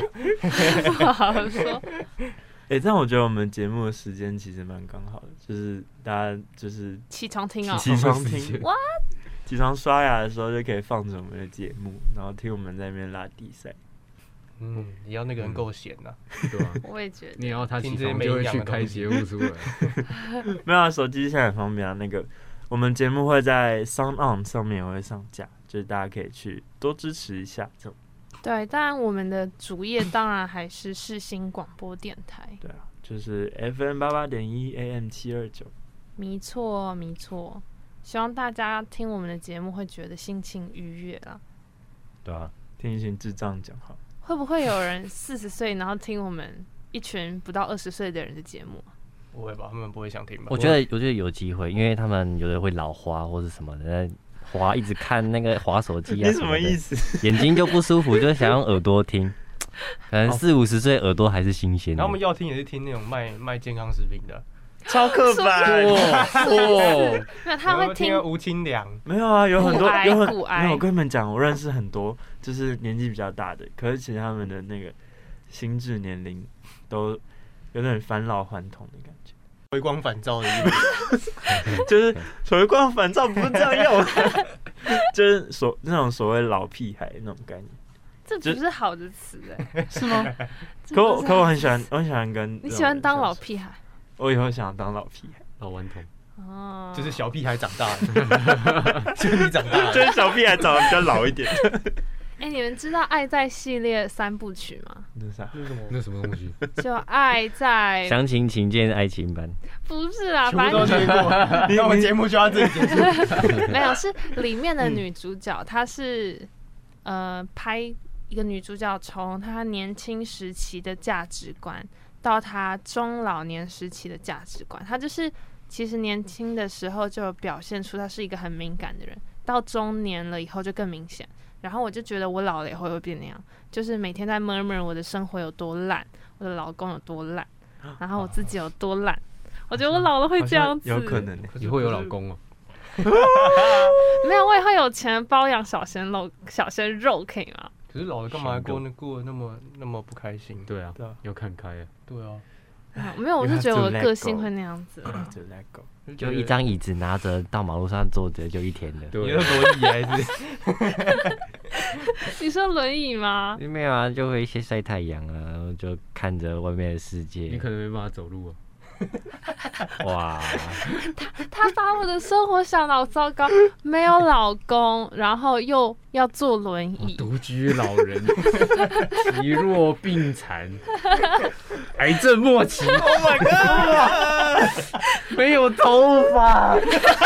但我觉得我们节目的时间其实蛮刚好的，就是大家就是起床听哦， 起床听，起床刷牙的时候就可以放着我们的节目，然后听我们在那边拉地赛。 你要那个人够闲呐， 对吧？ 我也觉得。 你要他起床就会去开节目出来。 没有啊，手机现在很方便啊。那个我们节目会在 SoundOn 上面也会上架，就是大家可以去多支持一下这种。 对，当然我们的主业当然还是世新广播电台。 对啊，就是 FM 88.1 AM 729。 没错，希望大家听我们的节目会觉得心情愉悦啦。 对啊， 听一群智障讲话。 会不会有人40岁然后听我们一群不到20岁的人的节目？ 不会吧，他们不会想听吧？ 我觉得有机会，因为他们有的会老花或是什么的。一直看那个滑手机啊， 你什么意思？ 眼睛就不舒服，就想用耳朵听。可能40、50岁耳朵还是新鲜的。 然后我们要听也是听那种卖健康食品的， 超刻板。 那他会听吴清良。 没有啊，有很多没有。我跟你们讲，我认识很多就是年纪比较大的，可是其实他们的那个心智年龄都有点返老还童的感觉。 回光返照的意思， 就是回光返照不是这样用，就是那种所谓老屁孩那种概念。 这不是好的词是吗？可我很喜欢跟。 你喜欢当老屁孩？ 我以后想要当老屁孩， 老顽童。 哦， 就是小屁孩长大了，就是你长大了， 就是小屁孩长得比较老一点。 你们知道《爱在》系列3部曲吗？ 那是啥？ 那什么东西？ 就《爱在》 详情请见爱情版。 不是啦， 全部都听过。那我们节目就要这里结束。 没有，是里面的女主角，她是拍一个女主角从她年轻时期的价值观到她中老年时期的价值观，她就是其实年轻的时候就表现出她是一个很敏感的人，到中年了以后就更明显。然后我就觉得我老了以后会变那样，就是每天在 murmur 我的生活有多烂，我的老公有多烂，然后我自己有多烂。我觉得我老了会这样子。 有可能你会有老公哦？ 没有，我也会有钱包养小鲜肉，可以吗？ 可是老了干嘛过得那么不开心？ 对啊，要看开啊。 对啊。 没有，我是觉得我的个性会那样子。 就一张椅子拿着到马路上坐着就一天了。 你是轮椅还是？ 你说轮椅吗？ 没有啊，就会一些晒太阳啊，然后就看着外面的世界。 你可能没办法走路啊。 哇！ 他把我的生活想得好糟糕，没有老公，然后又要坐轮椅， 独居老人，体弱病残，癌症末期。 Oh my god！ 没有头发。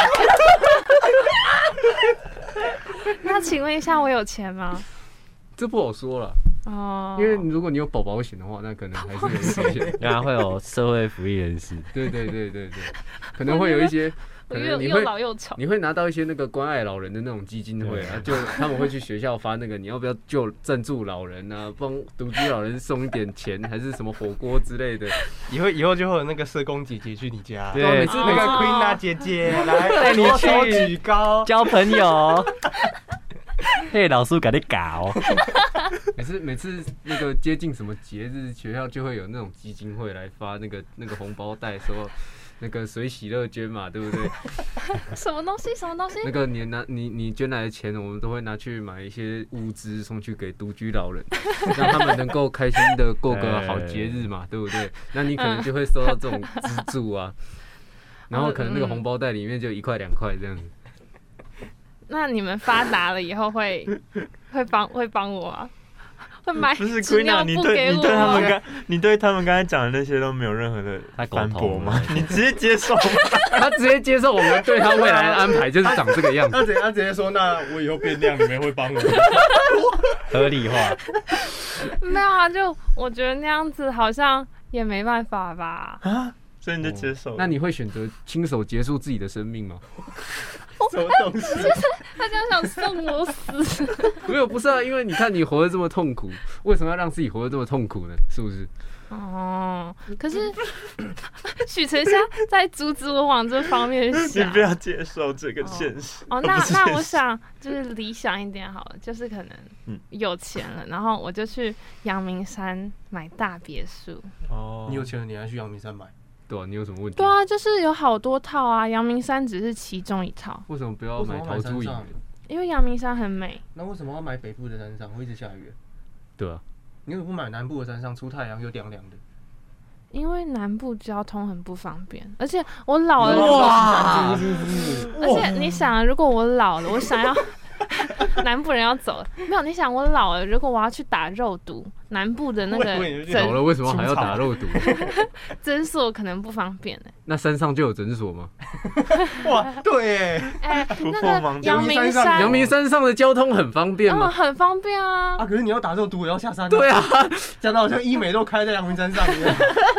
那请问一下，我有钱吗？ 这不好说了。 哦， 因为如果你有保保险的话，那可能还是有一些， 当然会有社会福利人士。 对，可能会有一些，可能你会又老又丑， 你会拿到一些那个关爱老人的那种基金会啊，就他们会去学校发那个，你要不要就赞助老人啊，帮独居老人送一点钱，还是什么火锅之类的。 以后就会有那个社工姐姐去你家， 对， 每次那个 Queen 啊姐姐来带你去举高交朋友。嘿，老师给你搞。 每次那个接近什么节日，学校就会有那种基金会来发那个红包袋，说那个随喜乐捐嘛，对不对？ 什么东西？ 那个你捐来的钱，我们都会拿去买一些物资送去给独居老人，让他们能够开心的过个好节日嘛，对不对？那你可能就会收到这种资助啊，然后可能那个红包袋里面就1块2块这样子。 那你们发达了以后会帮我啊？会买纸尿布给我吗？ 你对他们刚才讲的那些都没有任何的反驳吗？你直接接受吗？ 他直接接受我们对他未来的安排就是长这个样子。 他直接说：“那我以后变亮，你们会帮我？” 合理化。 没有啊，就我觉得那样子好像也没办法吧。 啊，所以你就接受？ 那你会选择亲手结束自己的生命吗？ 什么东西？ 他这样想送我死？ 没有，不是啊，因为你看你活得这么痛苦，为什么要让自己活得这么痛苦呢？是不是？ 哦，可是许承霞在阻止我往这方面想。 你不要接受这个现实。 哦，那我想就是理想一点好了，就是可能有钱了，然后我就去阳明山买大别墅。 哦，你有钱了，你还去阳明山买？ 对啊，你有什么问题？ 对啊，就是有好多套啊，阳明山只是其中一套。 为什么不要买桃竹影？ 因为阳明山很美。 那为什么要买北部的山上？会一直下雨。 对啊。 你怎么不买南部的山上，出太阳又凉凉的？ 因为南部交通很不方便，而且我老了。 哇！ 而且你想，如果我老了，我想要南部人要走了，没有？你想我老了，如果我要去打肉毒，南部的那个老了为什么还要打肉毒？ 诊所可能不方便呢。 那山上就有诊所吗？ 哇，对， 那个阳明山上的交通很方便吗？ 很方便啊。 可是你要打肉毒，也要下山。 对啊， 讲到好像医美都开在阳明山上一样。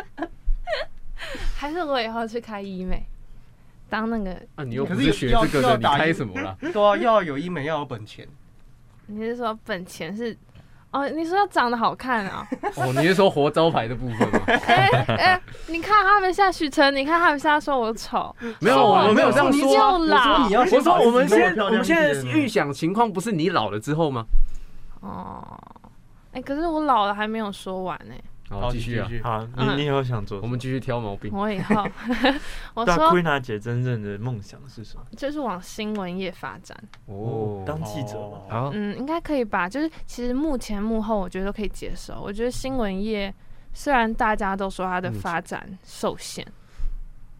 还是我以后去开医美，当那个啊，你又不是学这个的，你开什么啦？ 对啊，要有医美，要有本钱。 你是说本钱是？哦，你说要长得好看啊？ 哦，你是说活招牌的部分吗？ 你看他们现在许晨，你看他们现在说我丑， 没有，我没有这样说。 我说我们现在预想情况不是你老了之后吗？ 哦，可是我老了还没有说完呢。 好，继续啊！ 好，你以后想做什么？ 我们继续挑毛病。 我以后，我说 Queen 姐真正的梦想是什么？ 就是往新闻业发展。 哦，当记者吗？ 应该可以吧。就是其实幕前幕后，我觉得都可以接受。我觉得新闻业虽然大家都说它的发展受限，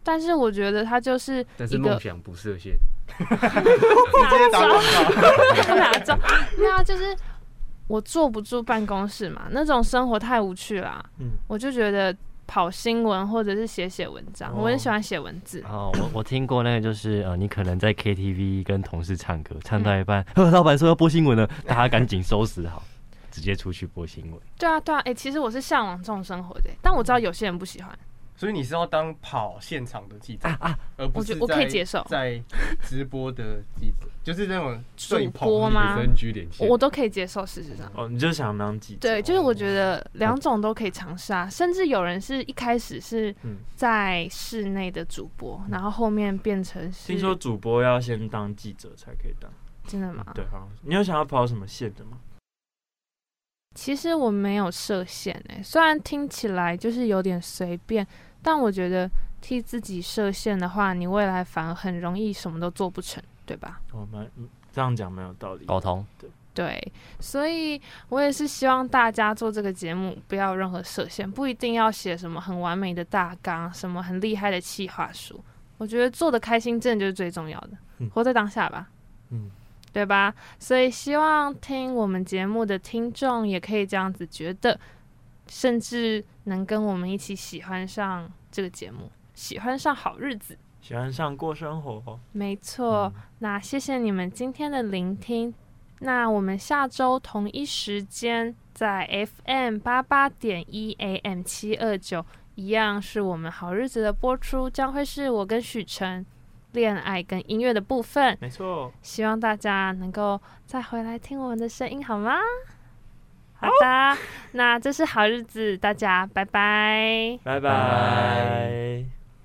但是我觉得它就是但是梦想不设限， 直接打广告， 哪种？没有，就是我坐不住办公室嘛，那种生活太无趣啦。我就觉得跑新闻或者是写文章，我很喜欢写文字。 我听过那个，就是你可能在 KTV 跟同事唱歌，唱到一半，老板说要播新闻了，大家赶紧收拾好，直接出去播新闻。 对啊，其实我是向往这种生活的，但我知道有些人不喜欢。 所以你是要当跑现场的记者而不是我可以接受在直播的记者，就是那种主播吗？我都可以接受。事实上， 你就想当记者？ 对，就是我觉得两种都可以尝试啊。甚至有人是一开始是在室内的主播，然后后面变成是。 听说主播要先当记者才可以当。 真的吗？ 对，好，你有想要跑什么线的吗？ 其实我没有设限虽然听起来就是有点随便。但我觉得替自己设限的话，你未来反而很容易什么都做不成，对吧？ 这样讲蛮有道理。 沟通， 对，所以我也是希望大家做这个节目不要有任何设限，不一定要写什么很完美的大纲，什么很厉害的企划书。我觉得做得开心真的就是最重要的，活在当下吧。对吧？所以希望听我们节目的听众也可以这样子觉得。甚至能跟我们一起喜欢上这个节目，喜欢上好日子， 喜欢上过生活。 没错，那谢谢你们今天的聆听。那我们下周同一时间在 FM 88.1 AM 729，一样是我们好日子的播出，将会是我跟许晨恋爱跟音乐的部分。 没错， 希望大家能够再回来听我们的声音，好吗？好的，那这是好日子，大家拜拜， 拜拜。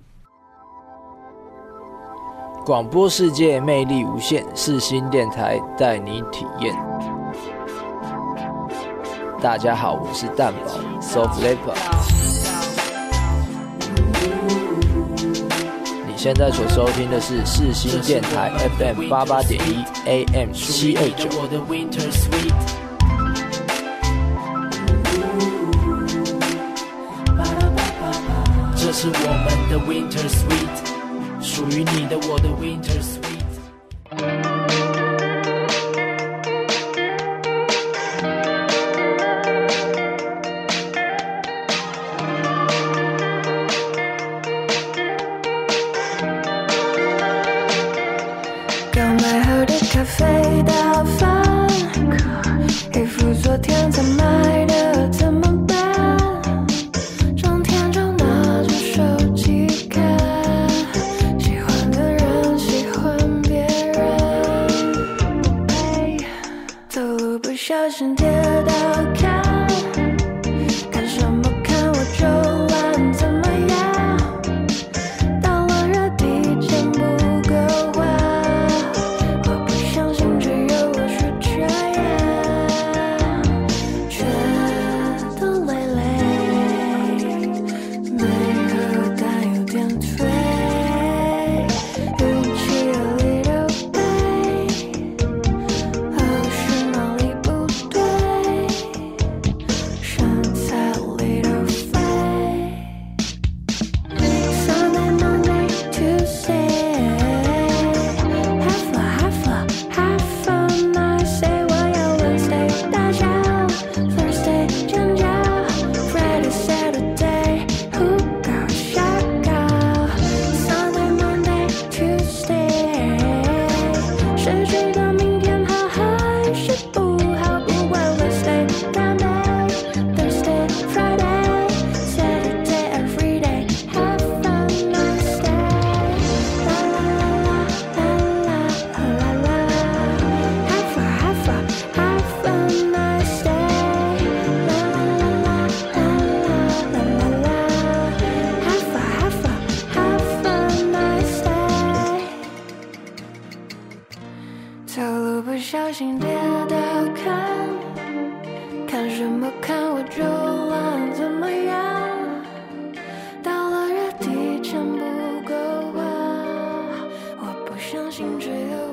广播世界魅力无限，世新电台带你体验。大家好，我是蛋堡 Soft Leopard。你现在所收听的是世新电台 FM 88.1 AM 729。这是我们的 Winter Sweet， 属于你的我的 Winter Sweet。 刚买好的咖啡打翻，衣服昨天才买的怎么办？小心跌倒看，看什么看我就烂怎么样？到了热地前不够滑，我不相信只有我是这样，觉得累累，没喝但有点醉，语气有力的背，好是哪里？走路不小心跌倒看，看什么看我就烂怎么样？到了热地前不够滑，我不相信只有